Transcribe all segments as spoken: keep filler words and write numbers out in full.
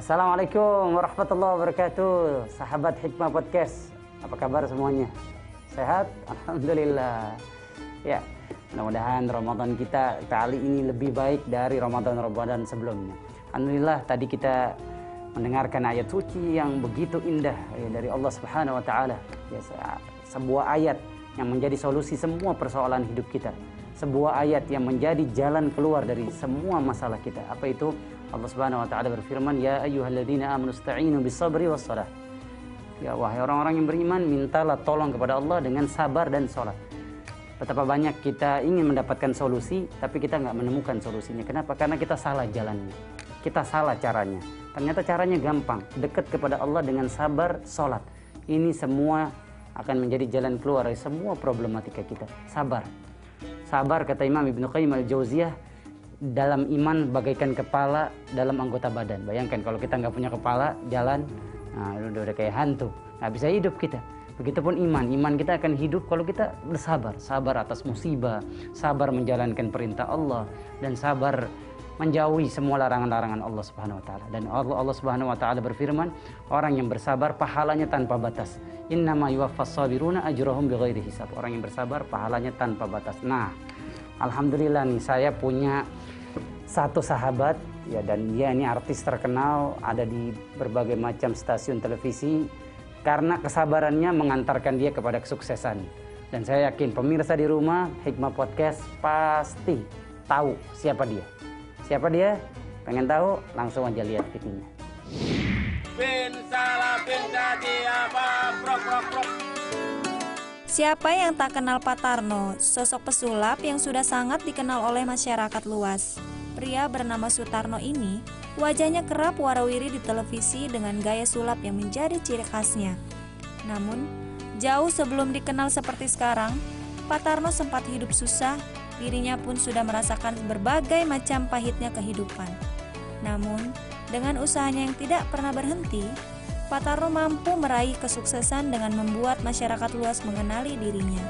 Assalamualaikum warahmatullahi wabarakatuh. Sahabat Hikmah Podcast, apa kabar semuanya? Sehat? Alhamdulillah. Ya, mudah-mudahan Ramadan kita kali ini lebih baik dari Ramadan-Ramadan sebelumnya. Alhamdulillah, tadi kita mendengarkan ayat suci yang begitu indah ya, dari Allah Subhanahu wa taala. Ya, sebuah ayat yang menjadi solusi semua persoalan hidup kita. Sebuah ayat yang menjadi jalan keluar dari semua masalah kita. Apa itu? Allah Subhanahu wa taala berfirman, "Ya ayyuhalladzina amanu ista'inu bis-sabri was-shalah." Ya, wahai orang-orang yang beriman, mintalah tolong kepada Allah dengan sabar dan sholat. Betapa banyak kita ingin mendapatkan solusi, tapi kita nggak menemukan solusinya. Kenapa? Karena kita salah jalannya. Kita salah caranya. Ternyata caranya gampang. Dekat kepada Allah dengan sabar, sholat. Ini semua akan menjadi jalan keluar dari semua problematika kita. Sabar. Sabar, kata Imam Ibnu Qayyim al-Jauziyah, dalam iman bagaikan kepala dalam anggota badan. Bayangkan kalau kita nggak punya kepala, jalan, nah udah, udah kayak hantu, nggak bisa hidup kita. Begitupun iman, iman kita akan hidup kalau kita bersabar, sabar atas musibah, sabar menjalankan perintah Allah, dan sabar menjauhi semua larangan-larangan Allah Subhanahu wa taala. Dan Allah, Allah Subhanahu wa taala berfirman, orang yang bersabar pahalanya tanpa batas. Innama yuwaffas sabiruna ajrahum bighairi hisab. Orang yang bersabar pahalanya tanpa batas. Nah, alhamdulillah nih saya punya satu sahabat ya, dan dia ini artis terkenal, ada di berbagai macam stasiun televisi karena kesabarannya mengantarkan dia kepada kesuksesan. Dan saya yakin pemirsa di rumah Hikmah Podcast pasti tahu siapa dia. Siapa dia? Pengen tahu? Langsung aja lihat videonya. Bin salah bin jadi apa? Prok prok prok. Siapa yang tak kenal Pak Tarno, sosok pesulap yang sudah sangat dikenal oleh masyarakat luas. Pria bernama Sutarno ini, wajahnya kerap warawiri di televisi dengan gaya sulap yang menjadi ciri khasnya. Namun, jauh sebelum dikenal seperti sekarang, Pak Tarno sempat hidup susah. Dirinya pun sudah merasakan berbagai macam pahitnya kehidupan. Namun, dengan usahanya yang tidak pernah berhenti, Pak Tarno mampu meraih kesuksesan dengan membuat masyarakat luas mengenali dirinya.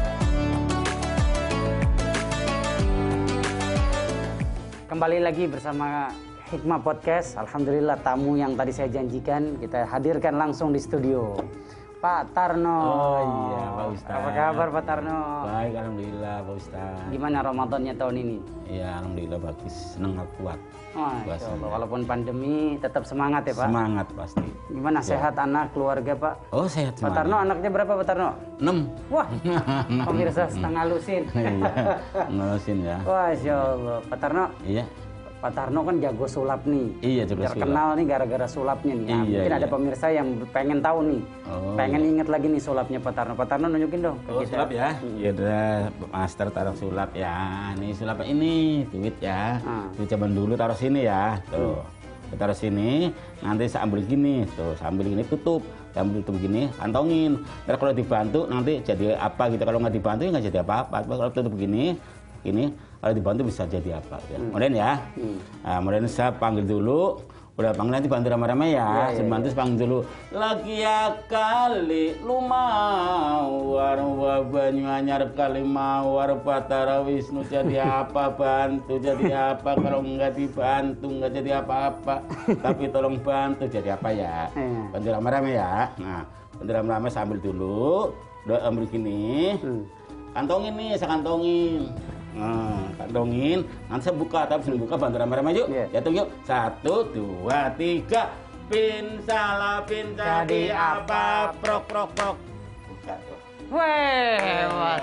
Kembali lagi bersama Hikmah Podcast. Alhamdulillah, tamu yang tadi saya janjikan kita hadirkan langsung di studio, Pak Tarno. Oh iya, Pak Ustaz. Apa kabar Pak Tarno? Baik, alhamdulillah Pak Ustaz. Gimana Ramadannya tahun ini? Iya, alhamdulillah bagus, senang kuat. Masya Allah, walaupun pandemi tetap semangat ya Pak? Semangat pasti. Gimana, ya. Sehat anak, keluarga Pak? Oh sehat Pak Tarno anaknya berapa Pak Tarno? enam. Wah, pemirsa setengah lusin. Iya, ngelusin ya. Masya Allah, Pak Tarno. Iya. Pak Tarno kan jago sulap nih. Iya, jago sulap. Terkenal nih gara-gara sulapnya nih. Nah, Iya, mungkin iya. ada pemirsa yang pengen tahu nih. Oh, pengen iya. inget lagi nih sulapnya Pak Tarno. Pak Tarno nunjukin dong ke Oh kita. sulap ya? Iya udah, master taruh sulap ya. Nih sulap ini, duit ya. Ah. Duit zaman dulu taruh sini ya. Tuh. Kita taruh sini, nanti saya ambil gini, tuh saya ambil gini, tutup, saya ambil tutup gini, kantongin. Ntar kalau dibantu nanti jadi apa gitu, kalau nggak dibantu ya nggak jadi apa-apa. Kalau tutup begini, ini kalau dibantu bisa jadi apa ya. Hmm. Kemudian ya, Hmm. nah, kemudian saya panggil dulu, udah panggil nanti bantu ramai-ramai ya. Ya, ya, saya bantu ya. saya panggil dulu. Lagi ya kali lu mawar wa banyu anyar kali mawar Batara Wisnu jadi apa, bantu jadi apa, kalau nggak dibantu nggak jadi apa-apa. Tapi tolong bantu jadi apa ya. Hmm. Bantu ramai-ramai ya. Nah, bantu ramai-ramai saya ambil dulu, udah ambil gini. Hmm. Kantongin nih, saya kantongin. Nah, kantongin, nanti saya buka, tapi sebelum buka bantu ramai-ramai yuk. Yeah. Hitung yuk. Satu, dua, tiga. Pin salah pin tadi apa? Prok prok prok. Buka tuh. Weh, Mas.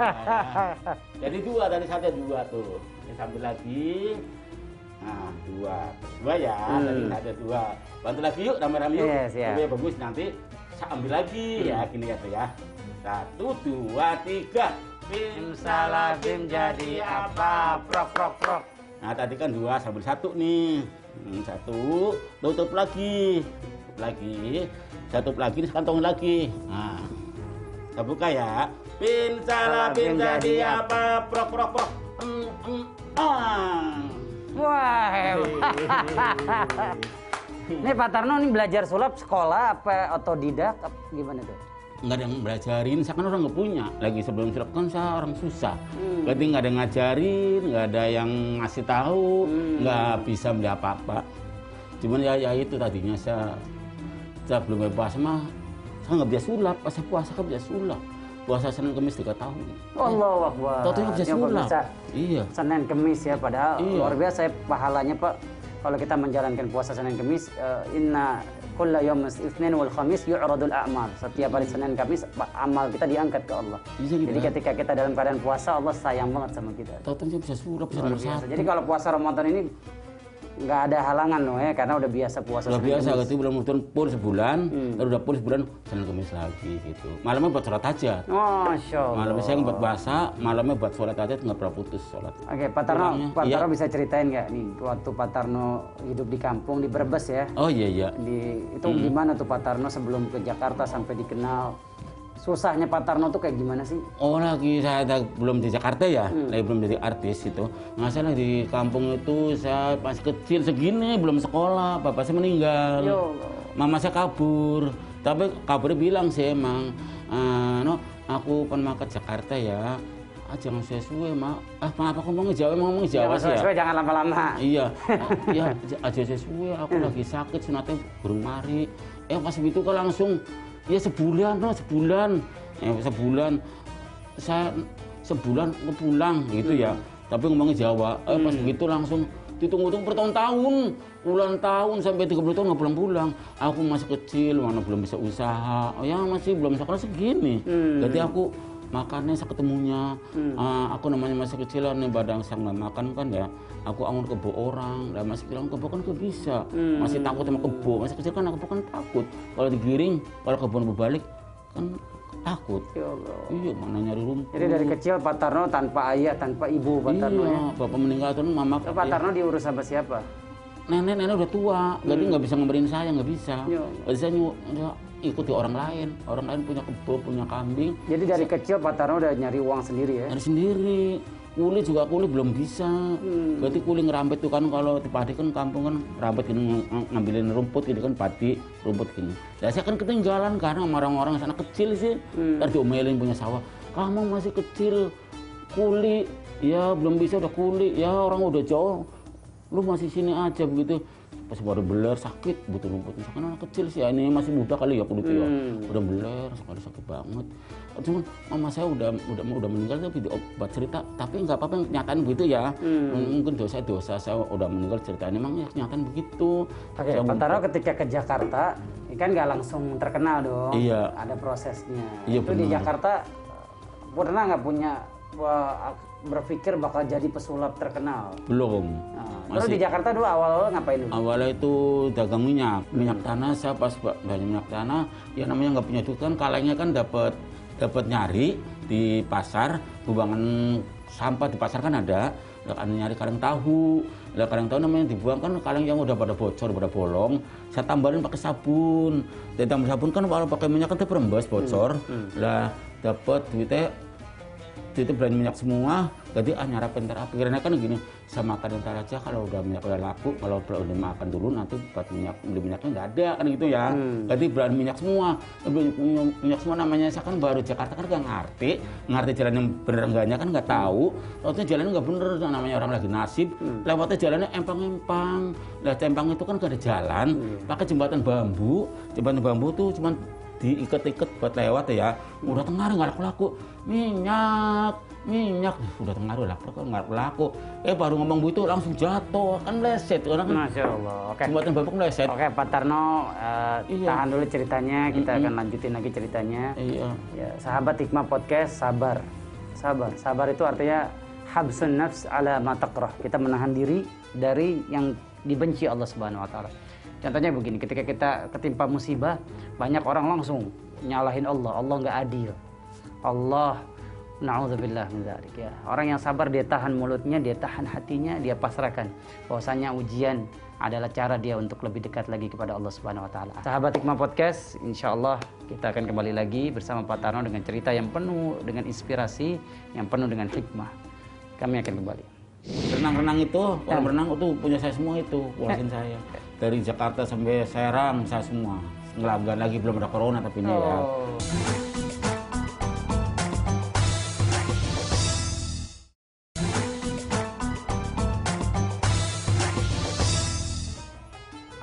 Jadi dua, tadi satu dua tuh. Ini sambil lagi. Nah, dua. Dua ya, Hmm. tadi ada dua. Bantu lagi yuk, ramai-ramai yuk. Yes, ya. Lebih bagus nanti saya ambil lagi ya, gini ya tuh ya. Satu, dua, tiga. Pin salah pin jadi apa? Prok prok prok. Nah tadi kan dua, sambil satu nih. Hmm, satu, tutup lagi, tutup lagi, tutup lagi, kantongin lagi. Nah, kita buka ya. Pin salah pin jadi apa? Prok prok prok. Hmm, hmm, ah. Wah. Ini Pak Tarno ini belajar sulap sekolah apa otodidak apa gimana tuh? Nggak ada yang belajarin, saya kan orang nggak punya. Lagi sebelum sulap kan saya orang susah. Hmm. Berarti nggak ada yang ngajarin, nggak ada yang ngasih tahu, Hmm. nggak bisa beli apa-apa. Cuman ya, ya itu tadinya saya, saya belum puasa mah, saya nggak bisa sulap. Pas saya puasa kan bisa sulap. Puasa Senin Kamis tiga tahun. Allahu Akbar. Tahu-tahu nggak bisa Ya, sulap. pemirsa, Iya. Senin Kemis ya, padahal Iya. luar biasa ya pahalanya Pak. Kalau kita menjalankan puasa Senin Kemis, uh, inna kulla yawm isnin wal khamis yu'radul a'mal. Setiap hari Senin Kamis amal kita diangkat ke Allah. Bisa gitu. Jadi ketika kita dalam keadaan puasa, Allah sayang banget sama kita. Tahu-tahu saya bisa sulap, bisa Luar nomor biasa. satu. Jadi kalau puasa Ramadan ini nggak ada halangan loh ya, karena udah biasa puasa Udah Senin biasa Kemis. gitu, belum nonton full sebulan, Hmm. lalu udah full sebulan, Senin Kamis lagi gitu. Malamnya buat sholat aja. Masya Allah. Malamnya saya buat puasa, malamnya buat sholat aja, nggak pernah putus sholat. Oke, Pak Tarno, Pulangnya, Pak iya. Tarno bisa ceritain nggak nih waktu Pak Tarno hidup di kampung di Brebes ya? Oh iya iya. Di itu gimana tuh Pak Tarno sebelum ke Jakarta sampai dikenal? Susahnya Pak Tarno tuh kayak gimana sih? Oh lagi saya ada, belum di Jakarta ya, lagi belum jadi artis itu. Nggak salah di kampung itu saya masih kecil segini, belum sekolah, bapak saya meninggal, Ya Allah. mama saya kabur. Tapi kabarnya bilang sih emang, "Ah, no, aku pernah ke Jakarta ya, ah, jangan sesuai mak. Ah maaf aku ngomong Jawa, emang ngomong Jawa sih ya. Sesuai, jangan lama-lama. Iya, iya aja sesuai. Aku lagi sakit, sunatnya burung mari. Eh pas itu kan langsung, ya sebulan, no, sebulan, ya, sebulan. Saya sebulan aku pulang gitu ya. Tapi ngomongnya Jawa. Eh pas begitu langsung ditunggu-tunggu bertahun-tahun, puluhan tahun sampai tiga puluh tahun nggak pulang-pulang. Aku masih kecil, mana belum bisa usaha. Oh ya masih belum sekolah segini. Hmm. Jadi aku makannya saya ketemunya, ah, aku namanya masih kecilan nih badang sang nggak makan kan ya, aku angon kebo orang, lah masih bilang kebo kan gak bisa, masih takut sama kebo, masih kecil kan kebo kan takut, kalau digiring, kalau kebun berbalik kan takut, Ya Allah. iya mana nyari rumput. Jadi dari kecil Pak Tarno tanpa ayah, tanpa ibu Pak Tarno ya. Iya, bapak meninggal tuh mama, Terus Pak Tarno diurus sama siapa? nenek nenek udah tua, jadi nggak bisa ngemberin saya, nggak bisa, Ya. jadi saya nyu, nyu- ikuti orang lain, orang lain punya kebo, punya kambing, Jadi dari kecil Pak Tarno udah nyari uang sendiri ya? dari sendiri. Kuli juga kuli belum bisa. Hmm. Berarti kuli ngerambet tuh kan kalau di padi kan kampung kan rambet gini ng- ngambilin rumput gitu kan padi rumput gini. Ya saya kan ketinggalan karena sama orang-orang sana kecil sih. Hmm. Ntar diomelin punya sawah. Kamu masih kecil kuli, ya belum bisa udah kuli, ya orang udah jauh. Lu masih sini aja begitu. Pas baru beler sakit butuh rumput. Misalkan anak kecil sih, ini masih muda kali ya kulit ya. Hmm. Udah beler sekali sakit banget. Cuman mama saya udah udah udah meninggal tapi diobat cerita, tapi nggak apa-apa kenyataan begitu ya. Hmm. Mungkin dosa-dosa saya udah meninggal ceritanya emang ya kenyataan begitu. Oke, Saya Pak Tarno ngumpet. ketika ke Jakarta, ini kan nggak langsung terkenal dong. Iya. Ada prosesnya. Iya, Itu di benar. Jakarta pernah nggak punya wah, berpikir bakal jadi pesulap terkenal? belum. Nah, terus di Jakarta dulu awal ngapain dulu? Awalnya itu dagang minyak, minyak tanah. Saya pas banyak minyak tanah, ya namanya nggak punya duit kan, kalengnya kan dapat dapat nyari di pasar, buangan sampah di pasar kan ada, ada nyari kaleng tahu, lah kaleng tahu namanya dibuang kan kaleng yang udah pada bocor, pada bolong, saya tambahin pakai sabun, dan tambah sabun kan kalau pakai minyak kan terperembes bocor, lah dapat duitnya itu belanja minyak semua, jadi ah nyarap ntar apa, karena kan gini, saya makan ntar aja kalau udah minyak udah laku, kalau udah makan dulu nanti buat minyak, beli minyaknya nggak ada kan gitu ya, Hmm. jadi belanja minyak semua, beli minyak, minyak semua namanya saya kan baru Jakarta kan nggak ngerti, ngerti jalan yang bener enggaknya kan nggak tahu, waktu jalannya nggak bener, namanya orang lagi nasib, lewatnya jalannya empang-empang, lah empang itu kan gak ada jalan, pakai jembatan bambu, jembatan bambu tuh cuman diikat-ikat buat lewat ya, udah tengah nggak laku-laku, minyak, minyak, udah tengah laku nggak laku, eh baru ngomong begitu langsung jatuh, kan leset, orang kan Masya Allah. Oke. jembatan bambu kan leset. Oke, Pak Tarno, eh, Iya. tahan dulu ceritanya. Kita akan lanjutin lagi ceritanya. Iya, Ya, sahabat Hikmah Podcast, sabar. Sabar. Sabar itu artinya habsun nafs ala ma takrah. Kita menahan diri dari yang dibenci Allah Subhanahu wa taala. Contohnya begini, ketika kita ketimpa musibah, banyak orang langsung nyalahin Allah. Allah nggak adil. Allah, na'udzubillah min dzalik ya. Orang yang sabar dia tahan mulutnya, dia tahan hatinya, dia pasrahkan bahwasanya ujian adalah cara dia untuk lebih dekat lagi kepada Allah Subhanahu wa taala. Sahabat Hikmah Podcast, insyaallah kita akan kembali lagi bersama Pak Tarno dengan cerita yang penuh dengan inspirasi, yang penuh dengan hikmah. Kami akan kembali. renang-renang itu, kolam renang itu punya saya semua itu, ngurusin saya. Dari Jakarta sampai Serang, saya semua. Ngelanggan lagi, belum ada corona tapi ini ya. Oh.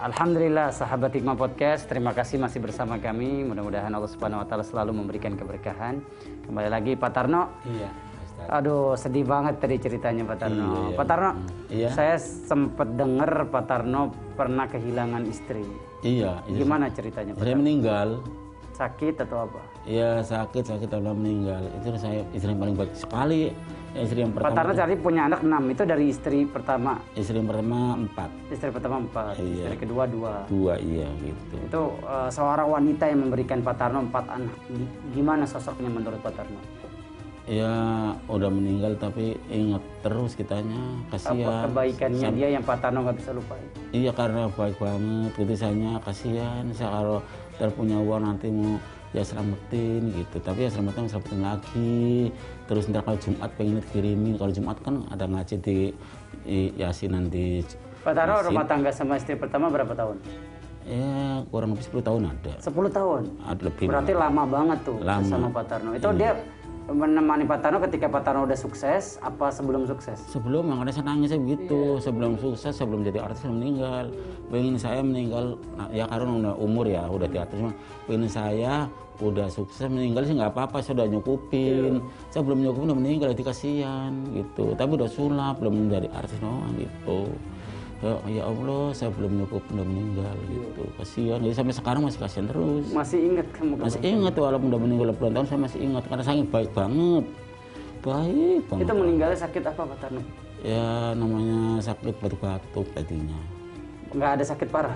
Alhamdulillah sahabat Hikmah Podcast, terima kasih masih bersama kami. Mudah-mudahan Allah Subhanahu wa taala selalu memberikan keberkahan. Kembali lagi Pak Tarno. Iya. Aduh, sedih banget tadi ceritanya Pak Tarno. Iya, iya. Pak Tarno, Iya. saya sempat dengar Pak Tarno pernah kehilangan istri. Iya. Istri, Gimana ceritanya Pak Saya Tarno? meninggal. Sakit atau apa? Iya sakit sakit Allah meninggal. Itu saya istri yang paling baik sekali. Istri yang Pak pertama. Tarno tadi punya anak enam, itu dari istri pertama. Istri yang pertama empat. Istri pertama empat, Iya. istri kedua dua. Dua iya gitu. Itu uh, seorang wanita yang memberikan Pak Tarno empat anak. Gi- Gimana sosoknya menurut Pak Tarno? Ya udah meninggal tapi ingat terus kitanya, kasihan. Apa kebaikannya Sam- dia yang Pak Tarno nggak bisa lupain? Iya karena baik banget gitu saya kasihan. Saya kalau terpunya uang nanti mau ya selamatin gitu, tapi ya selamatin selamatin lagi. Terus ntar kalau Jumat pengen dikirimin, kalau Jumat kan ada ngaji di, di Yasin nanti. Pak Tarno Yasin. rumah tangga sama istri pertama berapa tahun? Ya kurang lebih sepuluh tahun ada. sepuluh tahun. Ada lebih. Berarti lama banget tuh Lama. sama Pak Tarno. Itu Iya. dia menemani Pak Tarno ketika Pak Tarno udah sukses apa sebelum sukses? Sebelum makanya saya nangis saya begitu, sebelum sukses, sebelum jadi artis saya meninggal. Pengen saya meninggal, nah, ya karena udah umur ya, udah di atas. Pengen saya udah sukses meninggal sih nggak apa-apa, saya udah nyukupin. Saya belum nyukupin udah meninggal, jadi kasihan gitu. Tapi udah sulap, belum jadi artis doang gitu. Ya, ya Allah, saya belum nyukupin udah meninggal gitu. Kasihan, jadi sampai sekarang masih kasihan terus. Masih ingat kamu? Masih ingat walaupun udah meninggal puluhan tahun, saya masih ingat karena sangat baik banget. Baik banget. Itu meninggalnya sakit apa Pak Tarno? Ya namanya sakit batuk-batuk tadinya. Nggak ada sakit parah?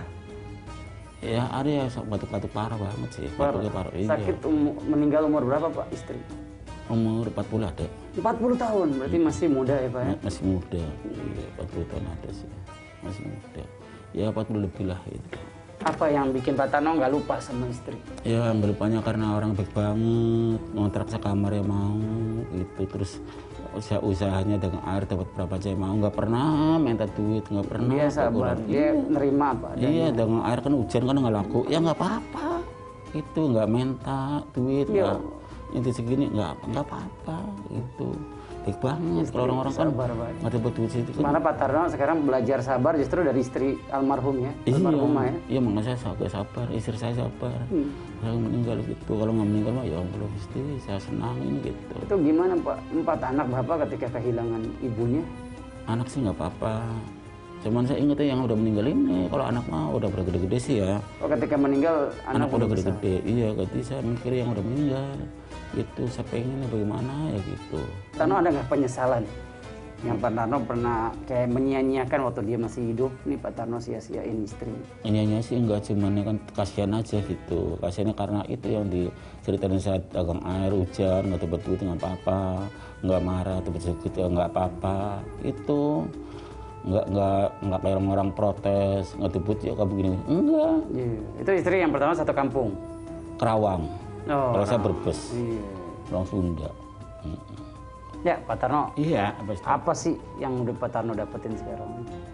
Ya ada ya sak- batuk-batuk parah banget sih. Batuknya parah. Iya. Sakit umu- meninggal umur berapa Pak istri? Umur empat puluh ada. empat puluh tahun, berarti masih muda ya Pak ya? Ma- Masih muda. Iya, empat puluh tahun ada sih. Masih muda. Ya empat puluh lebih lah itu. Apa yang bikin Pak Tarno nggak lupa sama istri? Ya berlupanya karena orang baik banget, ngontrak sekamar ya mau gitu. Terus usaha usahanya dengan air dapat berapa aja mau, nggak pernah minta duit, nggak pernah. Dia sabar, Kurang. dia nerima apa adanya. Iya, dengan air kan hujan kan nggak laku, ya nggak apa-apa. Itu nggak minta duit, Iya. nggak itu segini nggak nggak apa-apa itu. Baik banget. Kalau orang-orang kan sabar banget. nggak dapat duit itu kan. Mana Pak Tarno sekarang belajar sabar justru dari istri almarhum ya, Iya, almarhumah ya. iya makanya saya agak sabar, istri saya sabar. Hmm. Saya meninggal gitu, kalau nggak meninggal mah ya Allah Gusti, saya senangin gitu. Itu gimana Pak? Empat anak Bapak ketika kehilangan ibunya? Anak sih nggak apa-apa, cuman saya ingat ya yang udah meninggal ini, kalau anak mah udah bergede-gede sih ya. Oh ketika meninggal anak, Anak, udah besar. gede-gede, iya jadi saya mikir yang udah meninggal gitu, saya pengennya bagaimana ya gitu. Pak Tarno ada nggak penyesalan? Yang Pak Tarno pernah kayak menyia-nyiakan waktu dia masih hidup, nih Pak Tarno sia-siain istri. Ini sih enggak, cuman kan kasihan aja gitu, kasihannya karena itu yang diceritain saya dagang air hujan nggak dapat duit nggak apa-apa, nggak marah dapat sedikit ya nggak apa-apa, itu nggak nggak nggak kayak orang-orang protes nggak debut ya kayak begini enggak. Iya. Itu istri yang pertama satu kampung. Kerawang, Oh, kalau saya Kerawang. Brebes, Iya. orang Sunda. Mm. Ya Pak Tarno, Iya, apa itu? apa sih yang udah Pak Tarno dapetin sekarang?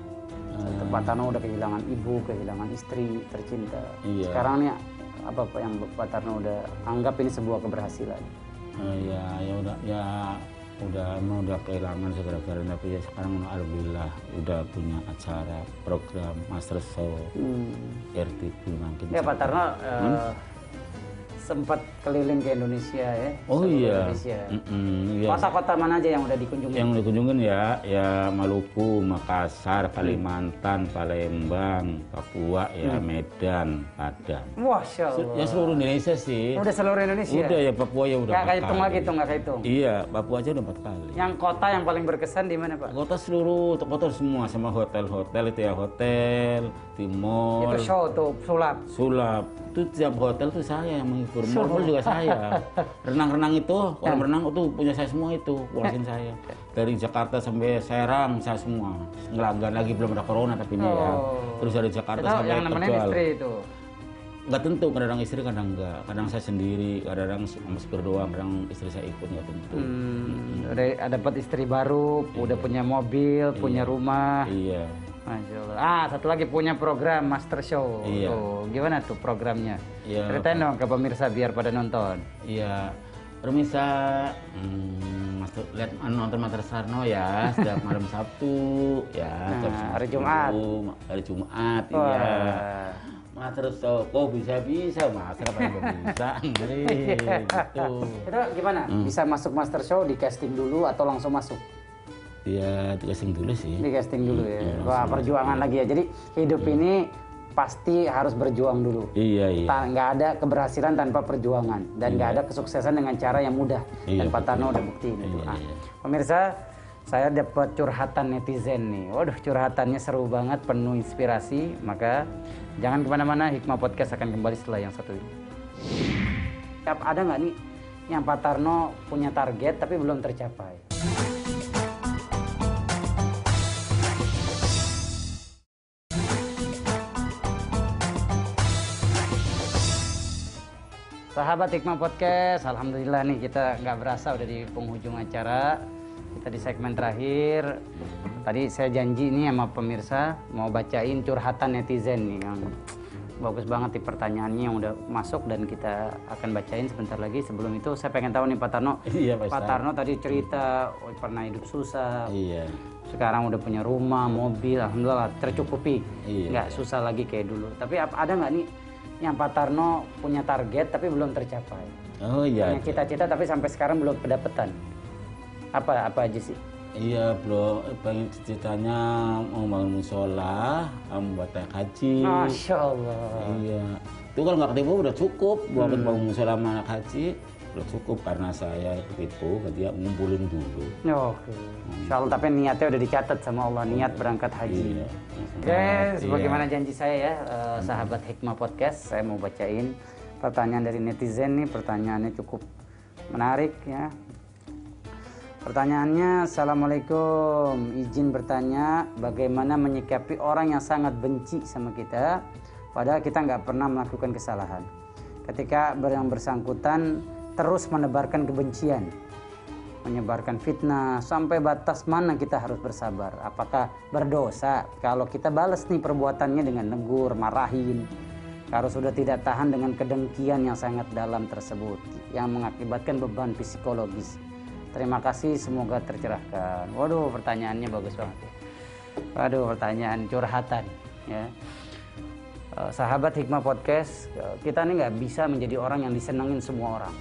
Eh. Pak Tarno udah kehilangan ibu, kehilangan istri tercinta. Iya. Sekarang nih apa Pak yang Pak Tarno udah anggap ini sebuah keberhasilan? Eh, ya ya udah ya udah emang udah kehilangan segala-galanya, tapi ya sekarang alhamdulillah udah punya acara program Master Show Hmm. R T V makin. Ya Pak Tarno eh, sempat keliling ke Indonesia ya. Oh seluruh iya. Indonesia. Mm-mm, iya. Kota-kota mana aja yang udah dikunjungi? Yang dikunjungin ya, ya Maluku, Makassar, Kalimantan, Palembang, Papua, ya Medan, Padang. Masya Allah. Ya seluruh Indonesia sih. Udah seluruh Indonesia. Udah ya Papua ya udah Nggak empat kehitung kali. lagi tuh, nggak kehitung. Iya, Papua aja udah empat kali. Yang kota yang paling berkesan di mana Pak? Kota seluruh, kota semua sama hotel-hotel itu ya hotel, di mall, Itu show tuh, sulap. sulap. Itu tiap hotel tuh saya yang menghibur, mall juga saya. Renang-renang itu, kolam renang itu punya saya semua itu, kuasin saya. Dari Jakarta sampai Serang saya semua. Ngelanggan lagi belum ada corona tapi ini ya. Oh. Terus dari Jakarta Itu sampai yang nemenin Tegal. istri itu. Nggak tentu, kadang istri kadang enggak. Kadang saya sendiri, kadang sama supir doang, kadang istri saya ikut nggak tentu. Hmm, udah dapat istri baru, udah punya mobil, punya rumah. Iya. Masya Allah. Ah, satu lagi punya program Master Show. Iya. Tuh, gimana tuh programnya? Iya. Ceritain dong ke pemirsa biar pada nonton. Iya, Permisa, hmm, masuk lihat nonton Mater Sarno ya setiap malam Sabtu ya. Nah, hari Jumat. Hari Jumat, Wah. iya. Mater Toko bisa-bisa, Mater apa yang nggak bisa, ngeri gitu. Itu gimana? Hmm. Bisa masuk Master Show, di casting dulu atau langsung masuk? Iya, di casting dulu sih. Di casting dulu ya. Hmm, Wah, langsung perjuangan masuk. lagi ya. Jadi hidup ini pasti harus berjuang dulu. Iya, iya. Ta- nggak ada keberhasilan tanpa perjuangan dan nggak Iya. ada kesuksesan dengan cara yang mudah. Iya, Dan Pak Tarno betul. udah buktiin itu. Iya, Nah, iya. pemirsa, saya dapat curhatan netizen nih. Waduh, curhatannya seru banget, penuh inspirasi. Maka jangan kemana-mana, Hikmah Podcast akan kembali setelah yang satu ini. Ada nggak nih yang Pak Tarno punya target tapi belum tercapai? Sahabat Hikmah Podcast, alhamdulillah nih kita nggak berasa udah di penghujung acara. Kita di segmen terakhir. Tadi saya janji nih sama pemirsa mau bacain curhatan netizen nih yang bagus banget di pertanyaannya yang udah masuk dan kita akan bacain sebentar lagi. Sebelum itu saya pengen tahu nih Pak Tarno. Iya, Pak Pak Ustaz. Tarno tadi cerita oh, pernah hidup susah. Iya. Sekarang udah punya rumah, mobil, alhamdulillah tercukupi. Iya. Nggak susah lagi kayak dulu. Tapi ap- ada nggak nih yang Pak Tarno punya target tapi belum tercapai? Oh iya. Punya cita-cita tapi sampai sekarang belum kedapetan. Apa apa aja sih? Iya bro, pengen ceritanya mau bangun musola, membuat haji. Masya Allah. Iya. Itu kalau nggak ketipu udah cukup buat Hmm. bangun musola sama anak haji. Udah cukup karena saya ketipu, dia ngumpulin dulu. Oke. Insya Allah, tapi niatnya udah dicatat sama Allah, niat berangkat haji. Iya. Oke, Iya. sebagaimana janji saya ya, eh, sahabat Hikmah Podcast, saya mau bacain pertanyaan dari netizen nih. Pertanyaannya cukup menarik ya. Pertanyaannya, Assalamualaikum, izin bertanya, bagaimana menyikapi orang yang sangat benci sama kita, padahal kita nggak pernah melakukan kesalahan. Ketika yang bersangkutan terus menebarkan kebencian, menyebarkan fitnah, sampai batas mana kita harus bersabar? Apakah berdosa kalau kita balas nih perbuatannya dengan negur, marahin? Kalau sudah tidak tahan dengan kedengkian yang sangat dalam tersebut, yang mengakibatkan beban psikologis. Terima kasih, semoga tercerahkan. Waduh, pertanyaannya bagus banget ya. Waduh, pertanyaan curhatan ya. Eh, Sahabat Hikmah Podcast, eh, kita ini nggak bisa menjadi orang yang disenengin semua orang.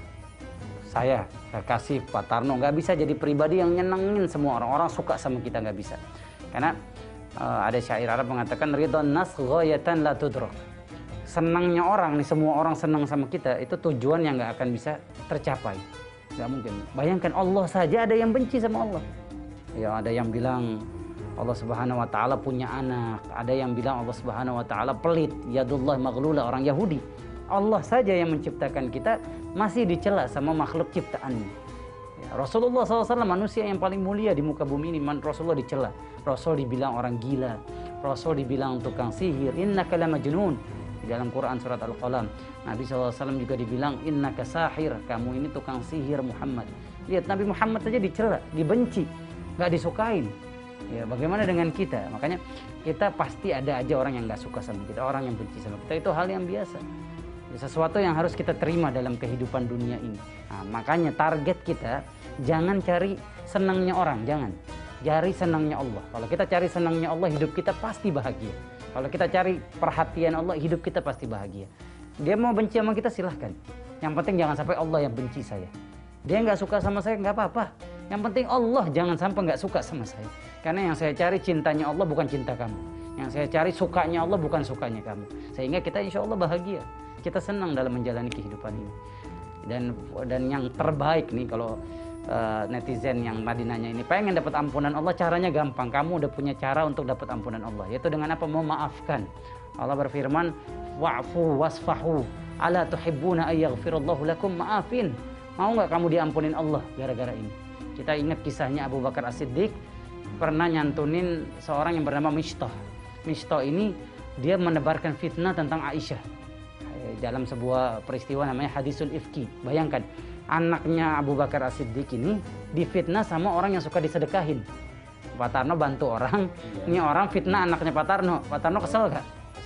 Saya, saya kasih Pak Tarno nggak bisa jadi pribadi yang nyenengin semua orang. Orang suka sama kita nggak bisa. Karena eh, ada syair Arab mengatakan ridhon nas ghayatan la tudrak. Senangnya orang nih, semua orang senang sama kita, itu tujuan yang nggak akan bisa tercapai. Nggak mungkin. Bayangkan Allah saja ada yang benci sama Allah. Ya, ada yang bilang Allah Subhanahu wa taala punya anak, ada yang bilang Allah Subhanahu wa taala pelit, yadullah maghlula, orang Yahudi. Allah saja yang menciptakan kita masih dicela sama makhluk ciptaannya. Ya, Rasulullah shallallahu alaihi wasallam manusia yang paling mulia di muka bumi ini, Rasulullah dicela. Rasul dibilang orang gila, Rasul dibilang tukang sihir, innaka lamajnun. Di dalam Quran surat Al-Qalam, Nabi shallallahu alaihi wasallam juga dibilang innaka sahir, kamu ini tukang sihir Muhammad. Lihat, Nabi Muhammad saja dicela, dibenci, nggak disukain. Ya, bagaimana dengan kita? Makanya kita pasti ada aja orang yang nggak suka sama kita, orang yang benci sama kita. Itu hal yang biasa. Ya, sesuatu yang harus kita terima dalam kehidupan dunia ini. Nah, makanya target kita jangan cari senangnya orang, jangan. Cari senangnya Allah. Kalau kita cari senangnya Allah, hidup kita pasti bahagia. Kalau kita cari perhatian Allah, hidup kita pasti bahagia. Dia mau benci sama kita, silahkan. Yang penting jangan sampai Allah yang benci saya. Dia nggak suka sama saya, nggak apa-apa. Yang penting Allah jangan sampai nggak suka sama saya. Karena yang saya cari cintanya Allah bukan cinta kamu. Yang saya cari sukanya Allah bukan sukanya kamu. Sehingga kita insya Allah bahagia. Kita senang dalam menjalani kehidupan ini. Dan dan yang terbaik nih kalau uh, netizen yang Madinahnya ini pengen dapat ampunan Allah, caranya gampang. Kamu udah punya cara untuk dapat ampunan Allah. Yaitu dengan apa? Memaafkan. Allah berfirman, wa'fu wasfahu ala tuhibbuna ayyaghfirallahu lakum, maafin. Mau nggak kamu diampunin Allah gara-gara ini? Kita ingat kisahnya Abu Bakar As-Siddiq pernah nyantunin seorang yang bernama Mishtah. Mishtah ini dia menebarkan fitnah tentang Aisyah dalam sebuah peristiwa namanya Hadisul Ifki. Bayangkan, anaknya Abu Bakar As-Siddiq ini difitnah sama orang yang suka disedekahin. Pak Tarno bantu orang, ini orang fitnah anaknya Pak Tarno. Pak Tarno kesel gak?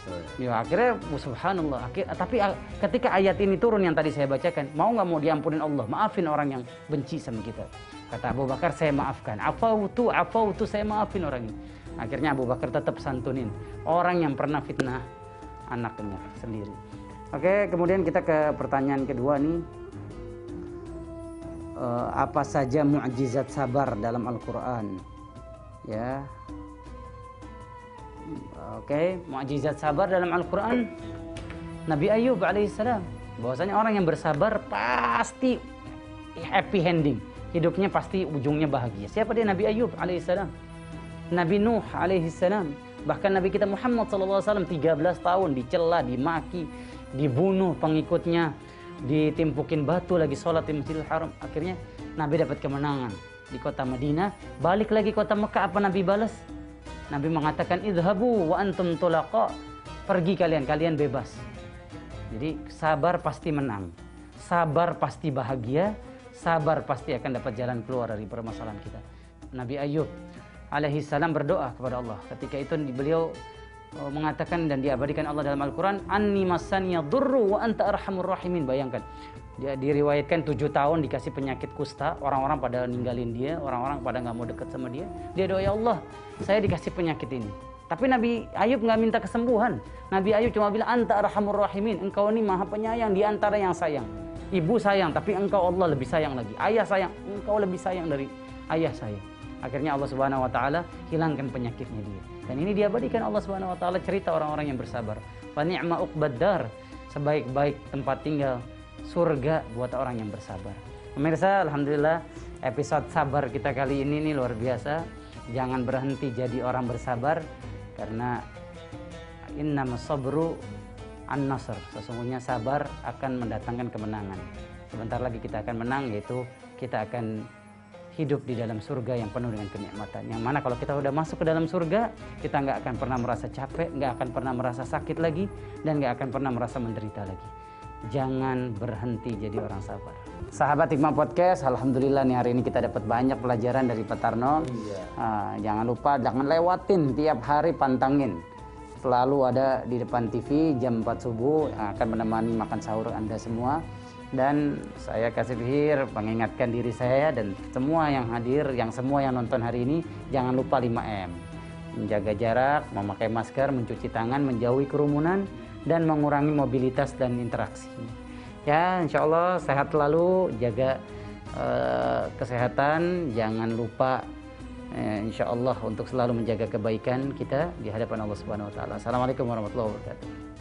Ya akhirnya subhanallah. Akhir, tapi ketika ayat ini turun yang tadi saya bacakan, mau nggak mau diampunin Allah, maafin orang yang benci sama kita. Kata Abu Bakar, saya maafkan. Afautu, afautu, saya maafin orang ini. Akhirnya Abu Bakar tetap santunin orang yang pernah fitnah anaknya sendiri. Oke, kemudian kita ke pertanyaan kedua nih. Uh, apa saja mukjizat sabar dalam Al-Quran? Ya. Oke, mukjizat sabar dalam Al-Quran. Nabi Ayub alaihissalam. Bahwasanya orang yang bersabar pasti happy ending. Hidupnya pasti ujungnya bahagia. Siapa dia? Nabi Ayub alaihissalam. Nabi Nuh alaihissalam. Bahkan Nabi kita Muhammad sallallahu alaihi wasallam tiga belas tahun dicela, dimaki, dibunuh pengikutnya, ditimpukin batu lagi sholat di Masjidil Haram. Akhirnya Nabi dapat kemenangan di kota Madinah. Balik lagi kota Mekah, apa Nabi balas? Nabi mengatakan idhabu wa antum tulaqa. Pergi kalian, kalian bebas. Jadi sabar pasti menang. Sabar pasti bahagia. Sabar pasti akan dapat jalan keluar dari permasalahan kita. Nabi Ayub alaihi salam berdoa kepada Allah. Ketika itu beliau mengatakan dan diabadikan Allah dalam Al-Quran, anni masaniya durru wa anta arhamur rahimin. Bayangkan, dia diriwayatkan tujuh tahun dikasih penyakit kusta, orang-orang pada ninggalin dia, orang-orang pada nggak mau dekat sama dia. Dia doa, ya Allah, saya dikasih penyakit ini. Tapi Nabi Ayub nggak minta kesembuhan. Nabi Ayub cuma bilang, anta arhamur rahimin, engkau ini maha penyayang di antara yang sayang. Ibu sayang, tapi engkau Allah lebih sayang lagi. Ayah sayang, engkau lebih sayang dari ayah saya. Akhirnya Allah Subhanahu wa taala hilangkan penyakitnya dia. Dan ini diabadikan Allah Subhanahu wa taala cerita orang-orang yang bersabar. Fa ni'ma uqbaddar, sebaik-baik tempat tinggal surga buat orang yang bersabar. Pemirsa, alhamdulillah episode sabar kita kali ini nih luar biasa. Jangan berhenti jadi orang bersabar karena innamas sabru an-nasr. Sesungguhnya sabar akan mendatangkan kemenangan. Sebentar lagi kita akan menang, yaitu kita akan hidup di dalam surga yang penuh dengan kenikmatan. Yang mana kalau kita udah masuk ke dalam surga, kita nggak akan pernah merasa capek, nggak akan pernah merasa sakit lagi, dan nggak akan pernah merasa menderita lagi. Jangan berhenti jadi orang sabar. Sahabat Hikmah Podcast, alhamdulillah nih hari ini kita dapat banyak pelajaran dari Pak Tarno. Iya. Uh, jangan lupa, jangan lewatin, tiap hari pantangin. Selalu ada di depan T V jam empat subuh, akan menemani makan sahur Anda semua. Dan saya kasih Fihir mengingatkan diri saya dan semua yang hadir, yang semua yang nonton hari ini, jangan lupa lima M. Menjaga jarak, memakai masker, mencuci tangan, menjauhi kerumunan, dan mengurangi mobilitas dan interaksi. Ya, insya Allah sehat selalu, jaga uh, kesehatan, jangan lupa uh, insya Allah untuk selalu menjaga kebaikan kita di hadapan Allah Subhanahu Wa Taala. Assalamualaikum warahmatullahi wabarakatuh.